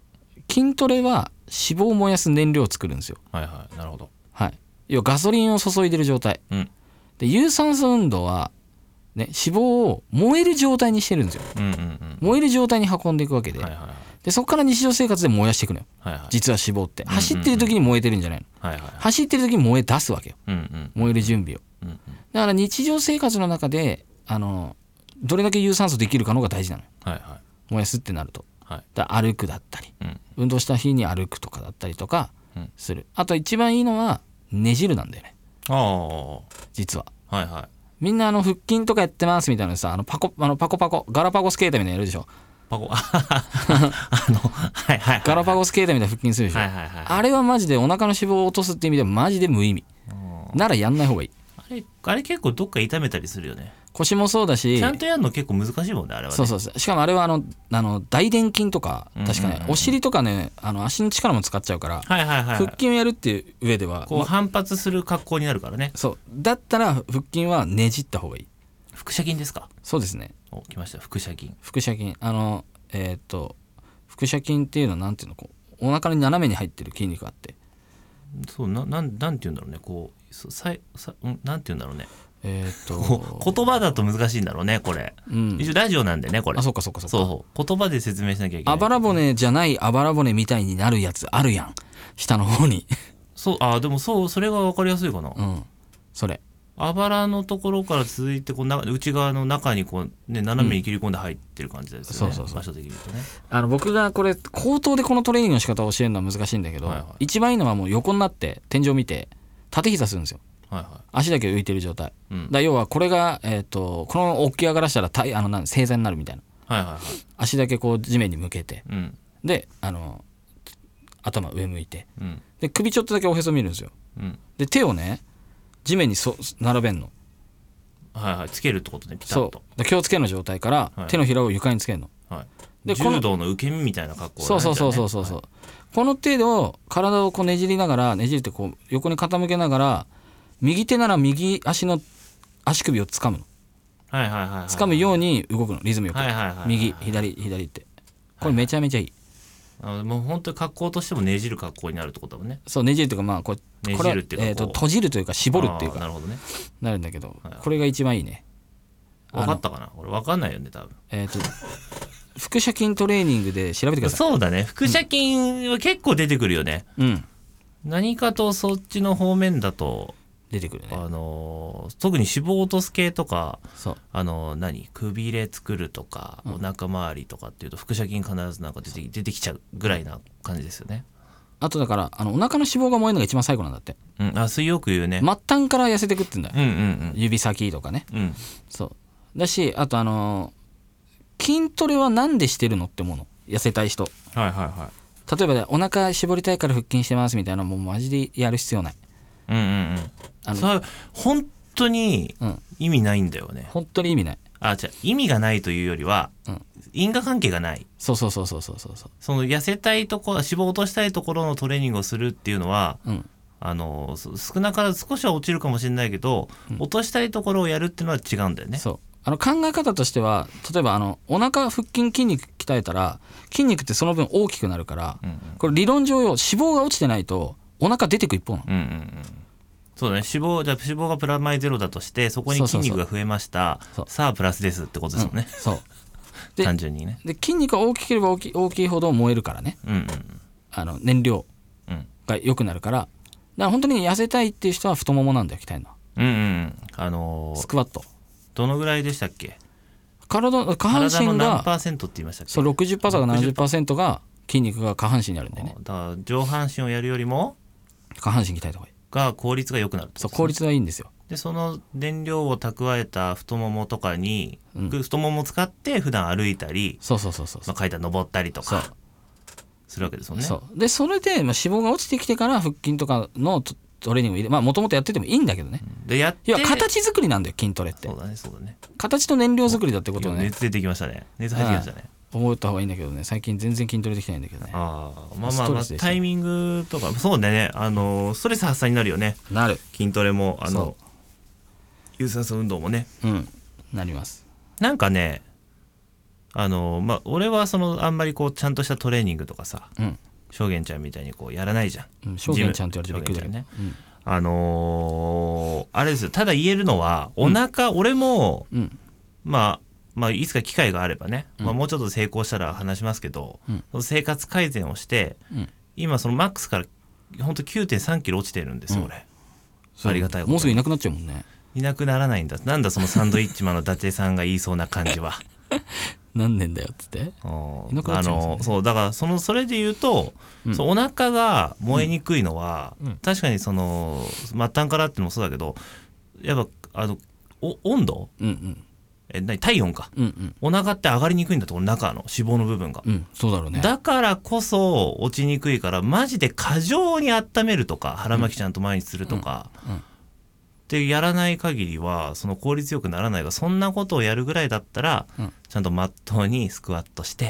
筋トレは脂肪を燃やす燃料を作るんですよ。 はいはい、なるほど。 はい、要はガソリンを注いでる状態、うん、で有酸素運動は、ね、脂肪を燃える状態にしてるんですよ、うんうんうん、燃える状態に運んでいくわけで、はいはいはい、でそこから日常生活で燃やしていくのよ、はいはい、実は脂肪って、走ってる時に燃えてるんじゃないの、はいはいはい、走ってる時に燃え出すわけよ、うんうん、燃える準備を、うんうん、だから日常生活の中でどれだけ有酸素できるかのが大事なのよ、はいはい、燃やすってなると、はい、だ歩くだったり、うん、運動した日に歩くとかだったりとかする、うん、あと一番いいのはねじるなんだよね。実は、はいはい、みんな腹筋とかやってますみたいなさ、パコガラパゴスケーターみたいなのやるでしょ。パコはいはい、ガラパゴスケーターみたいな腹筋するでしょ、はいはいはい、あれはマジでお腹の脂肪を落とすって意味ではマジで無意味ならやんない方がいい。 あれ結構どっか痛めたりするよね。 腰もそうだし、 ちゃんとやるの結構難しいもんね、あれはね。 そうそうそう、しかもあれは大臀筋とか確かね、お尻とかね、足の力も使っちゃうから、はいはいはい、腹筋をやるっていう上ではこう反発する格好になるからね。 そうだったら腹筋はねじった方がいい。 腹斜筋ですか。 そうですね。 お、来ました、腹斜筋。 腹斜筋、腹斜筋っていうのはなんていうの、こうお腹に斜めに入ってる筋肉があって、 そうなんて言うんだろうね、こうなんて言うんだろうね、言葉だと難しいんだろうねこれ、うん、一応ラジオなんでねこれ。 あ、そうかそうかそうか。 そう言葉で説明しなきゃいけない。 あばら骨じゃないあばら骨みたいになるやつあるやん、下の方に。 そう、でもそれが分かりやすいかな。うん、 それあばらのところから続いてこう内側の中にこう、ね、斜めに切り込んで入ってる感じですよね、うん、そう場所的に言うとね。 僕がこれ口頭でこのトレーニングの仕方を教えるのは難しいんだけど、はいはい、一番いいのはもう横になって天井を見て縦膝するんですよ、はいはい、足だけ浮いてる状態、うん、だ要はこれが、この起き上がらしたら正座になるみたいな、はいはいはい、足だけこう地面に向けて、うん、で頭上向いて、うん、で首ちょっとだけおへそ見るんですよ、うん、で手をね地面に並べんの、 はいはい、つけるってことね、ピタッと。 そう、気をつけの状態から手のひらを床につけるの、はい、 で柔道の受け身みたいな格好だね。そう、はい、この手を体をこうねじりながら、ねじりってこう横に傾けながら、右手なら右足の足首を掴むの、はいはいはいはい、掴むように動くの、リズムよく、はいはいはいはい、右左って、これめちゃめちゃいい。 もう本当に格好としてもねじる格好になるってことだもんね。 そう、ねじるっていうか、まあこれねじるっていうか閉じるというか絞るっていうか、なるほどね、なるんだけど、はい、これが一番いいね。 分かったかな、俺分かんないよね多分。 腹斜筋トレーニングで調べてください。 そうだね、腹斜筋は結構出てくるよね、うん、何かとそっちの方面だと出てくるね。 特に脂肪を落とす系とか、くびれ作るとか、お腹周りとかっていうと腹斜筋必ずなんか出てきちゃうぐらいな感じですよね。 あとだからお腹の脂肪が燃えるのが一番最後なんだって、 うん、水よく言うね。 末端から痩せてくってんだよ、うんうんうん、指先とかね、うん、そうだし、あと筋トレはなんでしてるのって思うの、痩せたい人。はいはいはい。例えば、ね、お腹絞りたいから腹筋してますみたいな、もうマジでやる必要ない。うんうんうん。それ本当に意味ないんだよね。 本当に意味ない。 意味がないというよりは、うん、因果関係がない。 そう。その痩せたいところ、脂肪を落としたいところのトレーニングをするっていうのは、うん、少なからず少しは落ちるかもしれないけど、うん、落としたいところをやるっていうのは違うんだよね。 そう。考え方としては、例えばお腹腹筋筋肉鍛えたら筋肉ってその分大きくなるから、うんうん、これ理論上脂肪が落ちてないとお腹出てく一方なの、うんうんうん、 そうだね。脂肪がプラマイゼロだとしてそこに筋肉が増えました。さあプラスですってことですよね、うん、そうで単純にね。 で筋肉が大きければ大きいほど燃えるからね、うんうん、燃料が良くなるから、だから本当に痩せたいっていう人は太ももなんだよ、鍛えるのは。うんうん、スクワットどのぐらいでしたっけ。 下半身が何パーセントって言いましたっけ。 そう 60% から 70% が筋肉が下半身にあるんだよね。 だから上半身をやるよりも下半身鍛えた方がいいが効率が良くなる、ね、 そう効率がいいんですよ。 でその燃料を蓄えた太ももとかに、うん、太ももを使って普段歩いたり、階段登ったりとかするわけですよね。 そうでそれで、脂肪が落ちてきてから腹筋とかのトレーニングを入れ、もともとやっててもいいんだけどね、うん、で要は形作りなんだよ筋トレって。 そうだね形と燃料作りだってことをね。 熱出てきましたね。熱入ってきましたね。 思った方がいいんだけどね、最近全然筋トレできないんだけどね。 まあタイミングとかそうだね、ストレス発散になるよね。 なる。 筋トレも有酸素運動もね、 なります。 なんかね俺はあんまりこうちゃんとしたトレーニングとかさ、 証言ちゃんみたいにこうやらないじゃん。 証言ちゃんって言われてびっくりだよね。 あれですよ、ただ言えるのはお腹、俺も、まあいつか機会があればね、もうちょっと成功したら話しますけど、生活改善をして、今そのマックスからほんと 9.3 キロ落ちてるんですよ、俺。ありがたいことに。 もうすぐいなくなっちゃうもんね。 いなくならないんだ。なんだそのサンドイッチマンの伊達さんが言いそうな感じは。 何年だよっつって。いなくなっちゃうんですよね。 そうだからそれで言うと、そうお腹が燃えにくいのは、確かにその末端からってのもそうだけど、やっぱ温度、体温か、お腹って上がりにくいんだと、中の脂肪の部分が、 そうだろうね。 だからこそ落ちにくいから、マジで過剰に温めるとか腹巻きちゃんと毎日するとか、ってやらない限りはその効率よくならないが、そんなことをやるぐらいだったら、ちゃんとまっとうにスクワットして、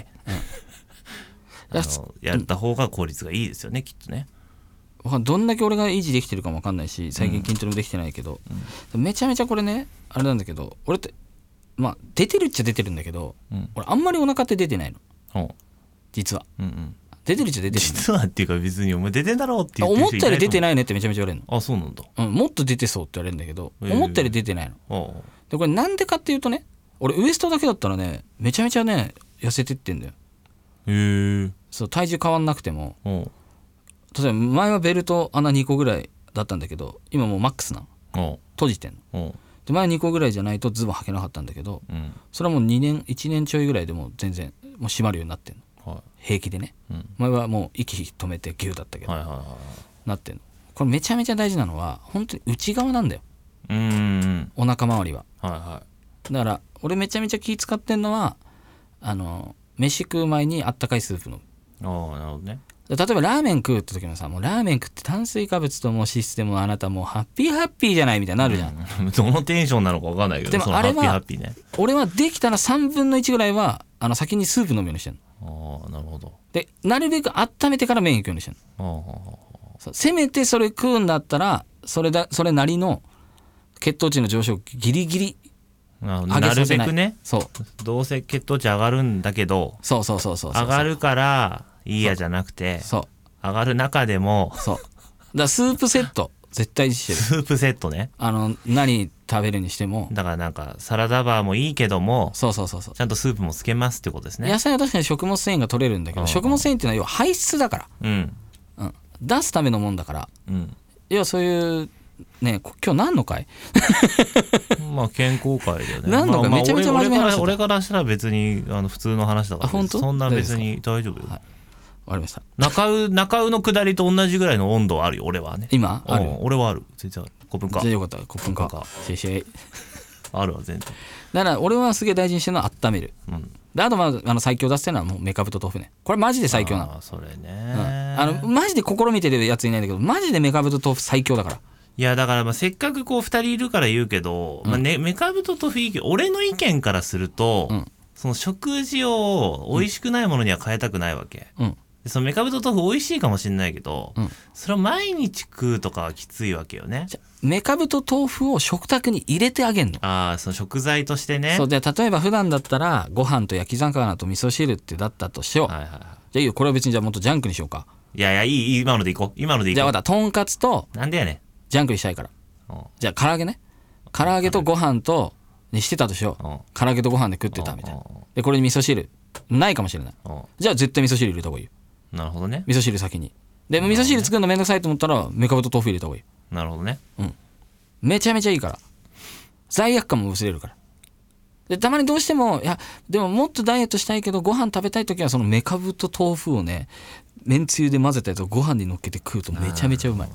やった方が効率がいいですよね、きっとね。 どんだけ俺が維持できてるかも分かんないし、最近筋トレもできてないけど、めちゃめちゃこれねあれなんだけど、俺ってまあ出てるっちゃ出てるんだけど、俺あんまりお腹って出てないの、実は。出てるっちゃ出てる。 実はっていうか、別にお前出てんだろうって言ってる人いない。思ったより出てないねってめちゃめちゃ言われるの。 あ、そうなんだ。 もっと出てそうって言われるんだけど、思ったより出てないの。でこれなんでかっていうとね、俺ウエストだけだったらねめちゃめちゃね痩せてってんだよ。そう、体重変わんなくても。例えば前はベルト穴2個ぐらいだったんだけど、今もうマックスなの。閉じてんの。で前2個ぐらいじゃないとズボン履けなかったんだけど、それはもう1年ちょいぐらいでもう全然もう締まるようになってんの。平気でね、前はもう息止めてギューだったけど、なってんの。これめちゃめちゃ大事なのは本当に内側なんだよ、お腹周りは。だから俺めちゃめちゃ気使ってんのは、飯食う前にあったかいスープ飲む。 なるほどね。 例えばラーメン食うって時もさ、もうラーメン食って炭水化物とも脂質でもあなたもうハッピーじゃないみたいになるじゃん。 どのテンションなのか分かんないけど、 でもあれはハッピーね。俺はできたら3分の1ぐらいは先にスープ飲むようにしてるの。 なるほど。 でなるべく温めてから麺いくようにしてるの。せめてそれ食うんだったらそれなりの血糖値の上昇ギリギリ上げさせない。なるべくね。そう。どうせ血糖値上がるんだけど、 そう上がるからいいやじゃなくて、上がる中でも、 だからスープセット絶対してる。 スープセットね。 何食べるにしても、 だからなんかサラダバーもいいけども、 ちゃんとスープもつけますってことですね。 野菜は確かに食物繊維が取れるんだけど、食物繊維っていうのは要は排出だから、出すためのもんだから、要はそういうね、今日何の回まあ健康会だよね。 何の回、めちゃめちゃ真面目な話だ。 俺からしたら別に普通の話だから、そんな別に大丈夫よ。 わかりました。 中尾の下りと同じぐらいの温度はあるよ、俺はね。 今ある。 俺はある。全然ある。5分か。 じゃあよかった。5分か。シェイシェイ。 あるわ、全然。 だから俺はすげえ大事にしてるのは温める。であと最強出してるのはもうメカブと豆腐ね。これマジで最強なの。 それね。 マジで試みてるやついないんだけど、マジでメカブと豆腐最強だから。 いやだからせっかくこう2人いるから言うけど、メカブと豆腐いいけど、俺の意見からすると、その食事を美味しくないものには変えたくないわけ。そのメカブと豆腐美味しいかもしれないけど、それを毎日食うとかはきついわけよね。 メカブと豆腐を食卓に入れてあげんの。 その食材としてね。 そうで、例えば普段だったらご飯と焼き魚と味噌汁ってだったとしよう。じゃあいいよ、これは別にじゃあもっとジャンクにしようか。 いやいい今のでいこう。じゃあまたとんかつと、 なんでやねん、 ジャンクにしたいから。じゃあ唐揚げね、唐揚げとご飯とにしてたとしよう。唐揚げとご飯で食ってたみたいな。でこれに味噌汁ないかもしれない。じゃあ絶対味噌汁入れた方がいいよ。 なるほどね。 味噌汁先に。で味噌汁作るのめんどくさいと思ったらメカブと豆腐入れた方がいい。 なるほどね。 めちゃめちゃいいから。罪悪感も薄れるから。でたまにどうしても、いやでももっとダイエットしたいけどご飯食べたい時はそのメカブと豆腐をね、めんつゆで混ぜたやつをご飯に乗っけて食うとめちゃめちゃうまい。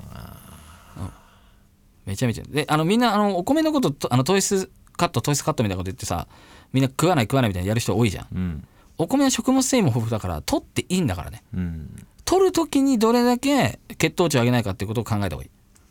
めちゃめちゃで、みんなお米のこと糖質カットみたいなこと言ってさ、みんな食わないみたいなやる人多いじゃん。お米は食物繊維も豊富だから取っていいんだからね。取る時にどれだけ血糖値を上げないかっていうことを考えた方がいい。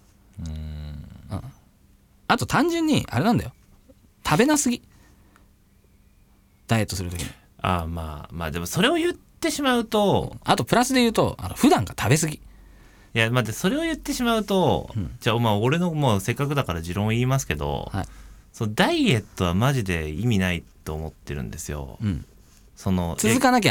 あと単純にあれなんだよ、食べなすぎ、ダイエットする時に。 まあでもそれを言ってしまうと、 あとプラスで言うと普段が食べ過ぎ。 いや待って、それを言ってしまうと、じゃあ俺のもうせっかくだから持論を言いますけど、そのダイエットはマジで意味ないと思ってるんですよ。 続かなきゃね。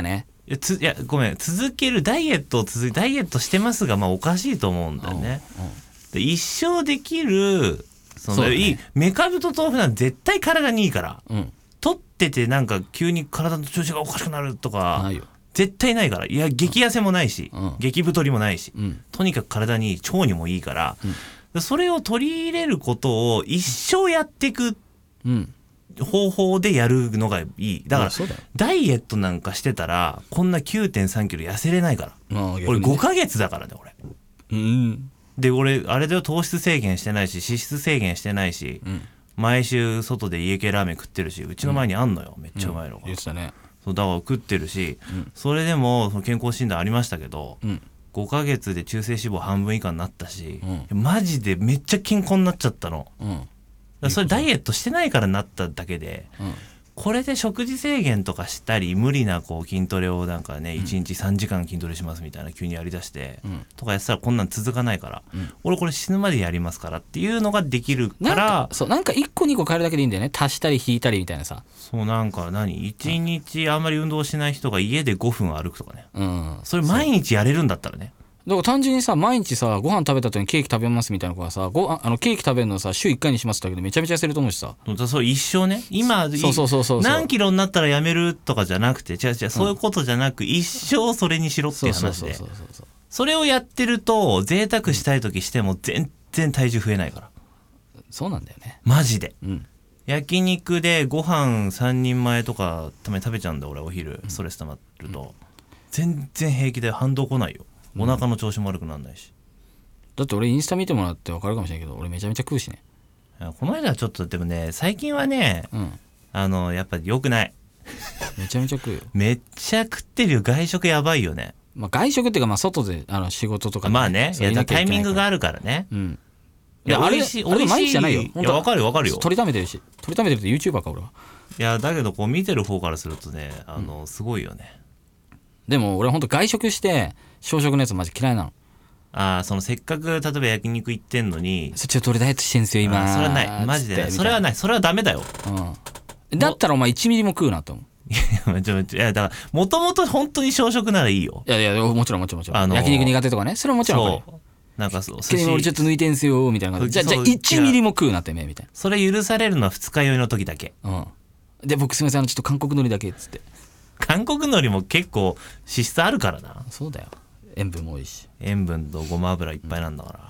いやごめん、続けるダイエットしてますが、まあおかしいと思うんだよね。で一生できるいいメカブと豆腐なんて絶対体にいいから、取っててなんか急に体の調子がおかしくなるとか絶対ないから。いや激痩せもないし、激太りもないし、とにかく体にいい、腸にもいいから、それを取り入れることを一生やっていく方法でやるのがいい。だからダイエットなんかしてたらこんな 9.3 キロ痩せれないから。俺5ヶ月だからね俺。で俺あれだよ、糖質制限してないし脂質制限してないし、毎週外で家系ラーメン食ってるし、うちの前にあんのよ、めっちゃうまいのが。 言ってたね。 そうだから食ってるし、それでもその健康診断ありましたけど、5ヶ月で中性脂肪半分以下になったし、マジでめっちゃ健康になっちゃったの。それダイエットしてないからなっただけで、これで食事制限とかしたり無理なこう筋トレをなんかね、1日3時間筋トレしますみたいな急にやりだして、とかやってたらこんなん続かないから、俺これ死ぬまでやりますからっていうのができるから、 なんか1個2個変えるだけでいいんだよね。足したり引いたりみたいなさ。 そうなんか1日あんまり運動しない人が家で5分歩くとかね、それ毎日やれるんだったらね。 だから単純にさ、毎日さご飯食べた後にケーキ食べますみたいな子はさ、ケーキ食べるのさ週1回にしますだけでめちゃめちゃ痩せると思うしさ。 そう一生ね、今何キロになったらやめるとかじゃなくて、違うそういうことじゃなく、一生それにしろっていう話で、それをやってると贅沢したい時しても全然体重増えないから。 そうなんだよねマジで。焼肉でご飯3人前とかたまに食べちゃうんだ俺、お昼ストレス溜まると、全然平気で反動来ないよ。お腹の調子も悪くならないし。 だって俺インスタ見てもらって分かるかもしれないけど、俺めちゃめちゃ食うしね。 この間はちょっとでもね、最近はね、やっぱり良くない。 めちゃめちゃ食うよ。 めっちゃ食ってるよ。外食やばいよね。 まあ外食っていうか、まあ外で仕事とか、 まあね、タイミングがあるからね。 いや、あれ毎日じゃないよ。 いや分かるよ。 取りためてるって YouTuber か俺は。 いやだけどこう見てる方からするとね、すごいよね。 でも俺ほんと外食して小食のやつマジ嫌いなの。 せっかく例えば焼肉行ってんのに、 ちょっと俺ダイエットしてんすよ今。 それはないマジで。それはない。それはダメだよ。 だったらお前1ミリも食うなと思う。 いやだからもともと本当に小食ならいいよ。 いやもちろん焼肉苦手とかね、それはもちろん分かる。 なんか俺ちょっと抜いてんすよみたいな感じ。じゃあ1ミリも食うなってめみたいな。 それ許されるのは二日酔いの時だけ。 で僕すみませんちょっと韓国海苔だけっつって。 韓国海苔も結構脂質あるからな。 そうだよ、塩分も多いし。 塩分とごま油いっぱいなんだから、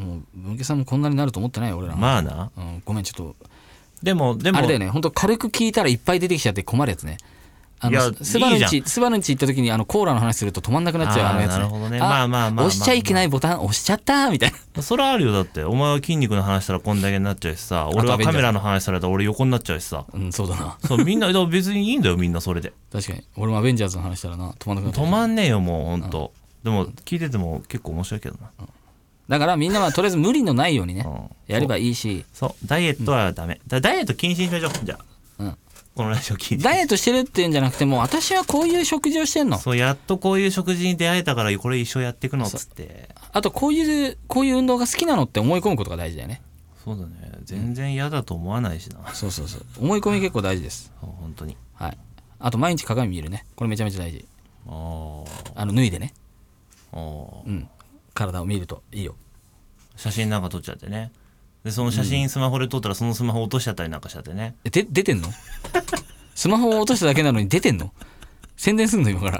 もう文家さんもこんなになると思ってないよ俺ら。 まあな、 ごめんちょっと。 でもあれだよね、ほんと軽く聞いたらいっぱい出てきちゃって困るやつね。スバルンチ行った時にコーラの話すると止まんなくなっちゃうやつね。 なるほどね。まあ押しちゃいけないボタン押しちゃったみたいな。それはあるよ。だってお前は筋肉の話したらこんだけになっちゃうしさ、俺はカメラの話されたら俺横になっちゃうしさ。 そうだな。 そうみんな別にいいんだよみんなそれで。 確かに俺もアベンジャーズの話したらな止まんなくなっちゃう。 止まんねえよもうほんと。でも聞いてても結構面白いけどな。 だからみんなはとりあえず無理のないようにねやればいいし。 そうダイエットはダメ。ダイエット禁止にしましょう。じゃあこのラジオ聞いて。 ダイエットしてるっていうんじゃなくて、もう私はこういう食事をしてんの。 そうやっとこういう食事に出会えたからこれ一生やっていくのっつって。 あとこういう運動が好きなのって思い込むことが大事だよね。 そうだね。全然嫌だと思わないしな。 そう思い込み結構大事です。 本当に。 はい。あと毎日鏡見るね。これめちゃめちゃ大事。脱いでね。体を見るといいよ。 写真なんか撮っちゃってね。でその写真スマホで撮ったらそのスマホ落としちゃったりなんかしちゃってね。 出てんの？スマホを落としただけなのに出てんの？宣伝すんの今から。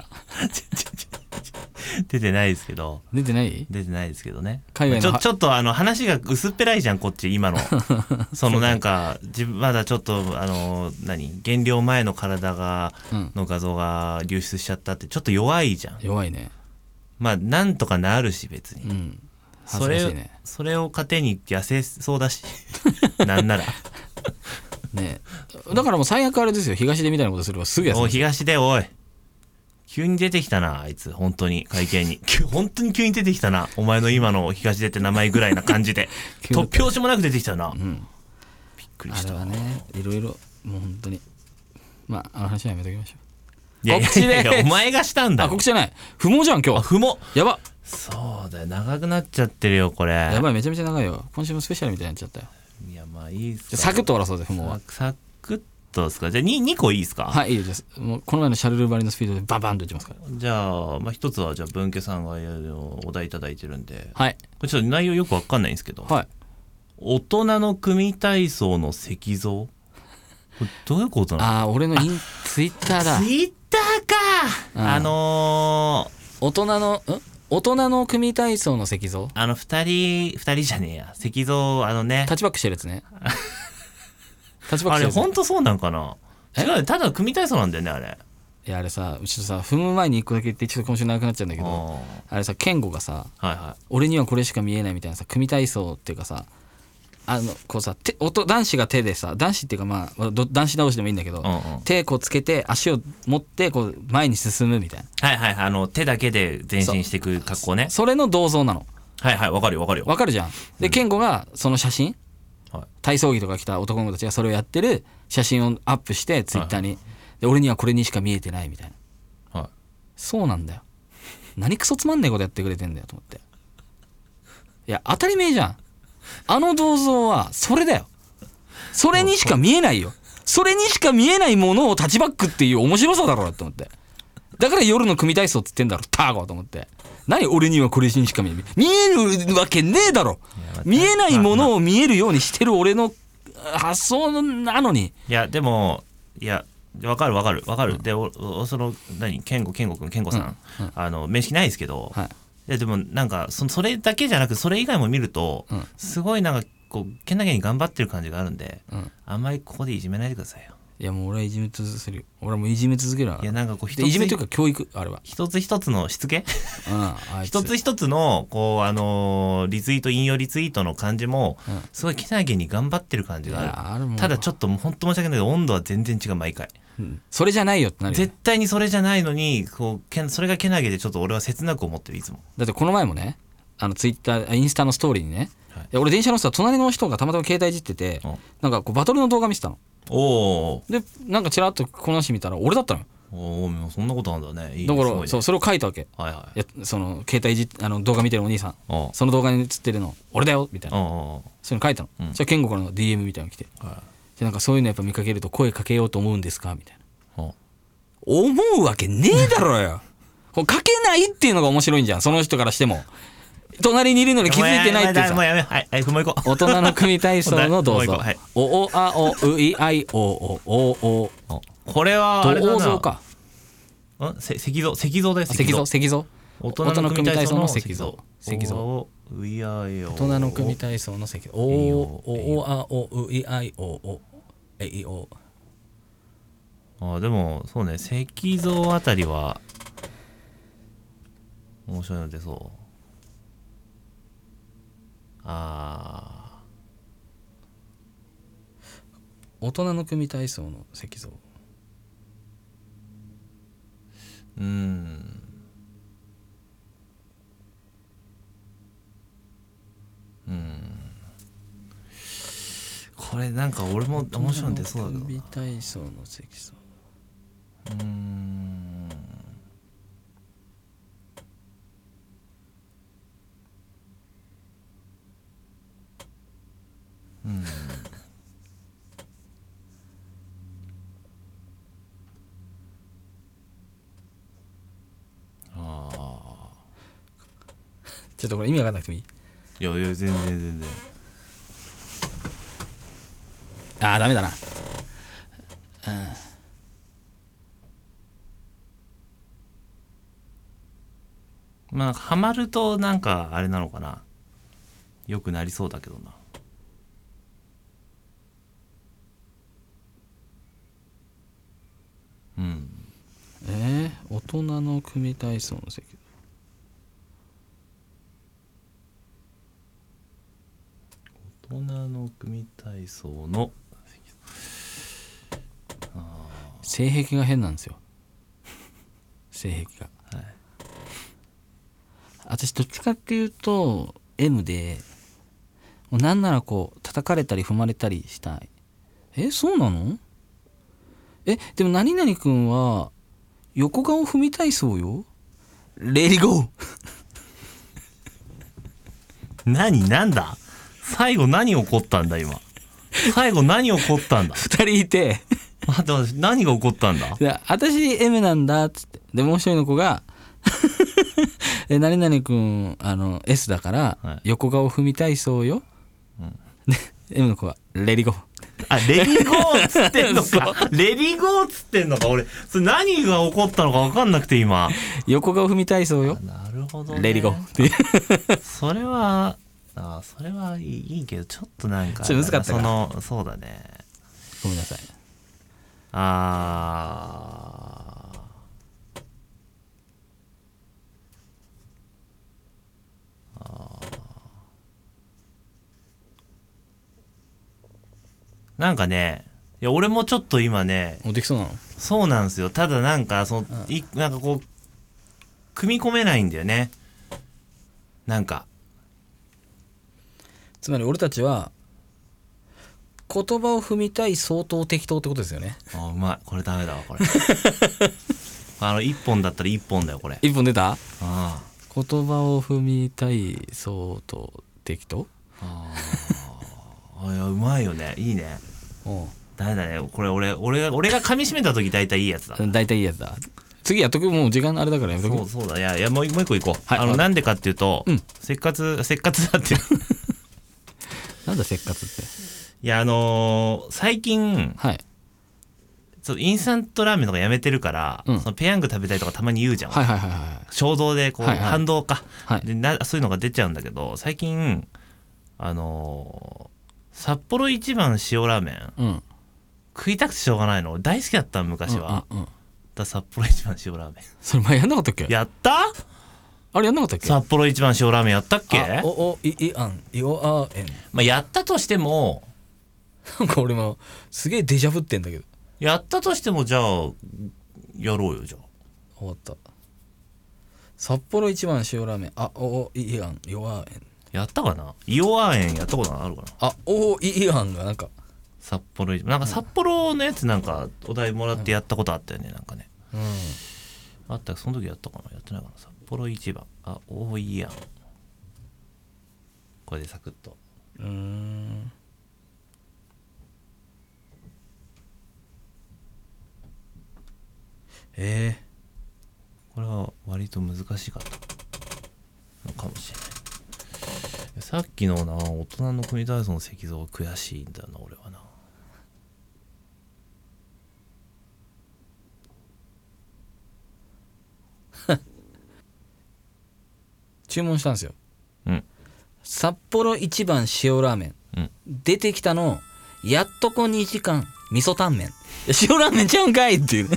出てないですけど。 出てないですけどね。 海外のちょっと話が薄っぺらいじゃんこっち今の。なんか自分まだちょっと減量前の体の画像が流出しちゃったってちょっと弱いじゃん。 弱いね。 まあなんとかなるし別に。それを糧に痩せそうだしなんならね。だからもう最悪あれですよ、東出みたいなことすればすぐ痩せる。 東出おい急に出てきたなあいつ。本当に会見に本当に急に出てきたな。お前の今の東出って名前ぐらいな感じで突拍子もなく出てきたな。びっくりした。 あれはねいろいろもう本当にまあ話はやめときましょう。 いやお前がしたんだ。 告知じゃない、不毛じゃん今日。 不毛やば。 そうだよ長くなっちゃってるよこれ。 やばいめちゃめちゃ長いよ。今週もスペシャルみたいになっちゃったよ。 いやまあいいっすか。 サクッと終わらそうぜ不毛は。 サクッどうですか。じゃあ 2個いいですか。 はい、いいです。もうこの前のシャルルバリのスピードでババンといきますから。 じゃあ、一つはじゃあ文家さんがお題いただいてるんで、 はい、 これちょっと内容よく分かんないんですけど、 はい、 大人の組体操の石像、これどういうことなの？ ああ、俺のツイッターだ。 ツイッターか。 大人の組体操の石像。 2人じゃねえや、石像、 タッチバックしてるやつね。タッチバックしてるやつ、ね、 あれ本当そうなんかな。違う、ただ組体操なんだよねあれ。 いやあれさ、ちょっとさ、踏む前に1個だけ言ってちょっと今週長くなっちゃうんだけど、あれさ、健吾がさ、 はいはい、 俺にはこれしか見えないみたいなさ、組体操っていうかさ、こうさ、男子が手でさ、男子っていうかまあ男子同士でもいいんだけど、手こうつけて足を持ってこう前に進むみたいな。はいはい、手だけで前進していく格好ね。 それの銅像なの。 はいはい、わかるよわかるよ。 わかるじゃん。で、健吾がその写真、体操着とか着た男の子たちがそれをやってる写真をアップしてツイッターに、で俺にはこれにしか見えてないみたいな、そうなんだよ。何クソつまんねえことやってくれてんだよと思って。いや当たり前じゃん。あの銅像はそれだよ。それにしか見えないよ。それにしか見えないものをタッチバックっていう面白さだろうと思って。だから夜の組体操っつってんだろターゴと思って。何俺にはこれにしか見えない。見えるわけねえだろ。見えないものを見えるようにしてる俺の発想なのに。 いやでも、いやわかる、でその健吾さん、面識ないですけど、いやでもなんかそれだけじゃなくそれ以外も見ると、すごいなんかこうけなげに頑張ってる感じがあるんで、あんまりここでいじめないでくださいよ。 いやもう俺はいじめ続ける。俺はもういじめ続ける。 いやなんかこういじめというか教育、あれは一つ一つのしつけ、一つ一つのこうリツイート引用リツイートの感じも、すごいけなげに頑張ってる感じがある。ただちょっと本当申し訳ないけど温度は全然違う毎回。 それじゃないよってなるよ。 絶対にそれじゃないのにこうそれがけなげでちょっと俺は切なく思ってるいつも。 だってこの前もね、ツイッターインスタのストーリーにね、俺電車乗ってたら隣の人がたまたま携帯いじってて、なんかこうバトルの動画見てたの。でなんかちらっとこの話見たら俺だったのよ。 そんなことなんだね。いいね。 だからそれを書いたわけ。その携帯動画見てるお兄さん、その動画に映ってるの俺だよみたいな、そういうの書いたの。じゃあ健吾からの DM みたいなの来て、でなんかそういうのやっぱ見かけると声かけようと思うんですかみたいな。思うわけねえだろよ。かけないっていうのが面白いんじゃん、その人からしても。隣にいるのに気づいてないってさ。 もうやめ、はい、もう行こう。 大人の組体操の銅像。おおあおういあいおおおお。 これはあれだな。 銅像か。 石像だよ。 石像。 大人の組体操の石像。 大人の組体操の石像。おおあおういあいおおえいお。 でもそうね、石像あたりは面白いのでそう。 大人の組体操の石像。 これなんか俺も面白いんでそうだけど。 組体操の石像。ちょっとこれ意味わかんなくてもいい？ いや全然。 ダメだな。 まあハマるとなんかあれなのかな、よくなりそうだけどな。 大人の組体操の石像。 大人の組体操の性癖が変なんですよ。性癖が。私どっちかっていうと M で、もうなんならこう叩かれたり踏まれたりしたい。そうなの？でも何々くんは横顔踏みたいそうよ。レディゴー。 なんだ最後何起こったんだ今。最後何起こったんだ。 2人いて待って何が起こったんだ。 私 M なんだっつって、でもう一人の子が何々くんS だから、はい、横顔踏みたいそうよ、うん、で M の子がレディゴー、 あレディゴーっつってんのかレディゴーっつってんのか。俺それ何が起こったのか分かんなくて今。 横顔踏みたいそうよ。 なるほど、ね、 レディゴーっていうそれはいいけど、ちょっとなんかちょっと難かったか。 そうだね、 ごめんなさい。 なんかね、いや俺もちょっと今ね、 できそうなの。 そうなんですよ。ただなんかなんかこう組み込めないんだよね。なんかつまり俺たちは言葉を踏みたい相当適当ってことですよね。 うまい、これダメだわこれ一本だったら一本だよこれ。 一本出た。言葉を踏みたい相当適当。 いやうまいよね、いいね。誰だねこれ。俺が噛み締めた時大体いいやつだ。 大体いいやつだ。次やっとく。もう時間あれだからやめとく。 そうだ。いやもう一個いこう、はい、なんでかっていうと、うん、せっかつだってなんだせっかつって。 いや最近、はい、インスタントラーメンとかやめてるから、そのペヤング食べたいとかたまに言うじゃん、衝動でこう、反動か、でそういうのが出ちゃうんだけど、最近札幌一番塩ラーメン、食いたくてしょうがないの。大好きだった昔は、だ札幌一番塩ラーメン。 それ前やんなかったっけ。 やった。 あれやんなかったっけ。 札幌一番塩ラーメンやったっけ。やったとしてもなんか俺もすげえデジャブってんだけど。 やったとしてもじゃあやろうよ。じゃあ終わった。札幌一番塩ラーメンやったかな。イオアーエンやったことあるかな。 がなんか札幌なんか札幌のやつなんかお題もらってやったことあったよね、なんかね。あった。その時やったかな。やってないかな。札幌一番いいやん。これでサクッと。これは割と難しかったのかもしれない。さっきの大人の組体操の石像は悔しいんだよな俺はな。 注文したんですよ、札幌一番塩ラーメン、出てきたのやっとこ2時間味噌タンメン。塩ラーメンちゃうんかいっていうね。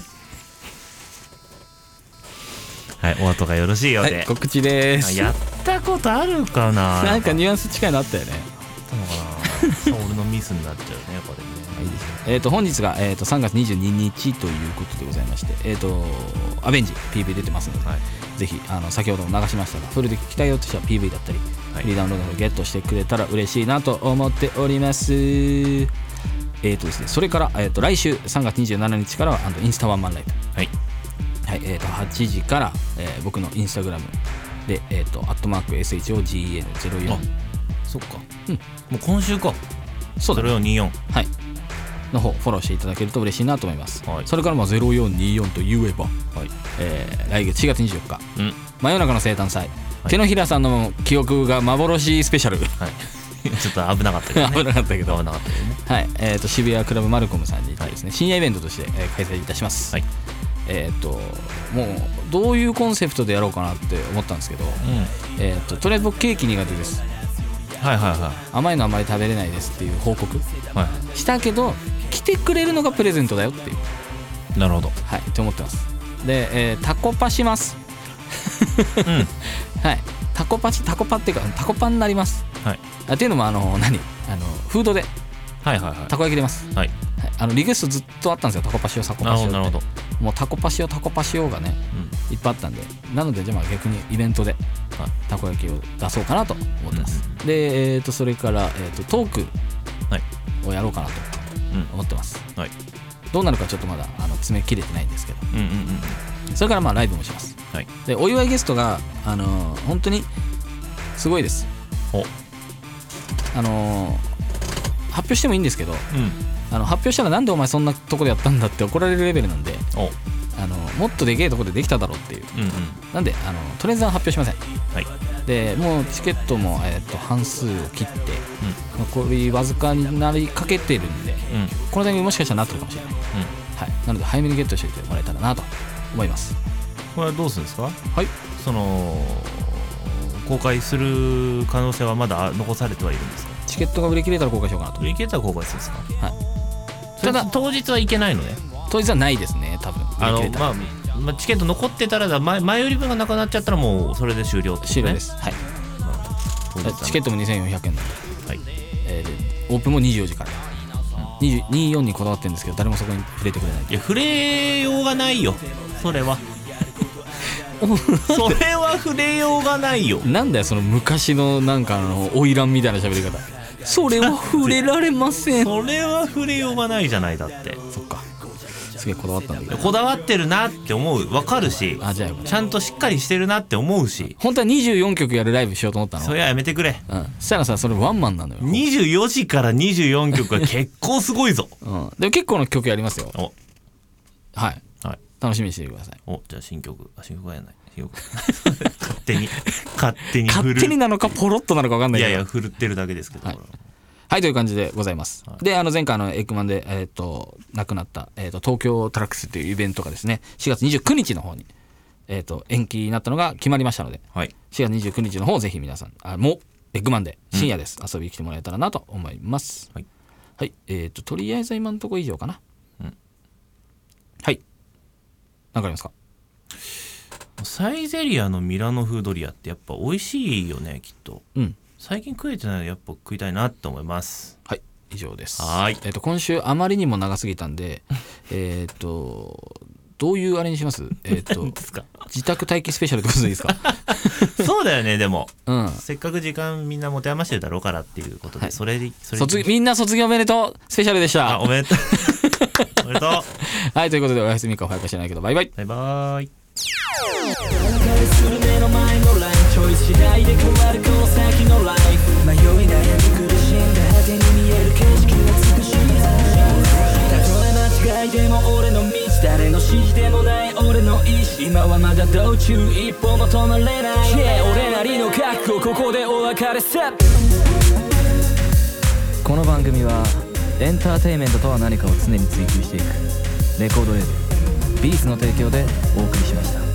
はい、お後がよろしいようで、 告知です。 やったことあるかな。 なんかニュアンス近いのあったよね。 あったのかな俺のミスになっちゃうねこれね。 いいですね。本日が、3月22日ということでございまして、アベンジ PV 出てますので、ぜひ先ほども流しましたがフルで聞きたいよとしては PV だったり、フリーダウンロードをゲットしてくれたら嬉しいなと思っております。ですね、それから、来週3月27日からはインスタワンマンライブ、8時から、僕のインスタグラムで、@SHOGEN04。 そっか、もう今週か。 そうだね、 0424 の方フォローしていただけると嬉しいなと思います、それから0424と言えば、来月4月24日、真夜中の生誕祭、手のひらさんの記憶が幻スペシャル、ちょっと危なかったけどね。 危なかったけどね。渋谷クラブマルコムさんにですね、深夜イベントとして開催いたします。もうどういうコンセプトでやろうかなって思ったんですけど、とりあえず僕ケーキ苦手です。甘いのあまり食べれないですっていう報告したけど、来てくれるのがプレゼントだよっていう。 なるほど。 って思ってます。で、タコパします。タコパっていうかタコパになります。っていうのもフードでたこ焼き出ます。リクエストずっとあったんですよ、タコパしようタコパしようって。もうタコパしようがね、いっぱいあったんで、なのでじゃあ逆にイベントでたこ焼きを出そうかなと思ってます。で、それから、トークをやろうかなと思ってます。どうなるかちょっとまだ詰め切れてないんですけど、それからライブもします。で、お祝いゲストが本当にすごいです。 発表してもいいんですけど、発表したらなんでお前そんなとこでやったんだって怒られるレベルなんで、もっとでけえとこでできただろうっていう、なんでとりあえずは発表しません。でもうチケットも、半数を切って、残りわずかになりかけてるんで、このタイミングもしかしたらなってるかもしれない、なので早めにゲットしておいてもらえたらなと思います。 これはどうするんですか？ その公開する可能性はまだ残されてはいるんですか？ チケットが売り切れたら公開しようかなと。 売り切れたら公開するんですか？ただ当日はいけないのね。 当日はないですね、多分。 チケット残ってたら前売り分がなくなっちゃったらもうそれで終了ってことね。 終了です。チケットも2400円なんで、オープンも24時から、24にこだわってるんですけど誰もそこに触れてくれない。 いや触れようがないよそれはそれは触れようがないよ。 なんだよその昔のなんか花魁みたいな喋り方。それは触れられません。 それは触れようがないじゃない。だってそっか、すげえこだわったんだけど。 こだわってるなって思う、分かるし、 じゃあちゃんとしっかりしてるなって思うし。 本当は24曲やるライブしようと思ったの。 それはやめてくれ。 そしたらさ、それワンマンなのよ。 24時から24曲は結構すごいぞ。 でも結構の曲やりますよ。楽しみにしてください。 じゃあ新曲はやらない。勝手になのかポロッとなのか分かんないけど。 いや振るってるだけですけど。 はい、という感じでございます。で、前回エッグマンで亡くなった東京トラックスというイベントがですね、4月29日の方に延期になったのが決まりましたので、4月29日の方ぜひ皆さんもうエッグマンで深夜です、遊びに来てもらえたらなと思います。とりあえず今のところ以上かな。何かありますか？ サイゼリアのミラノ風ドリアってやっぱ美味しいよね、きっと。最近食えてないのでやっぱ食いたいなって思います。 以上です。今週あまりにも長すぎたんでどういうあれにします？自宅待機スペシャルってことでいいですか？ そうだよね。でも、せっかく時間みんな持て余してるだろうからっていうことで、それみんな卒業おめでとうスペシャルでした。 おめでとうおめでとう。 はい、ということでおやすみか早く知らないけどバイバイ。 バイバイ。 する目の前のラインチョイス次第で変わるこの先のライフ迷い悩み苦しんだ果てに見える景色が美しいたとえ間違いでも俺の道誰の指示でもない俺の意志今はまだ道中一歩も止まれない、俺なりの覚悟ここでお別れさ。 この番組はエンターテインメントとは何かを常に追求していくレコードレーベルビーズの提供でお送りしました。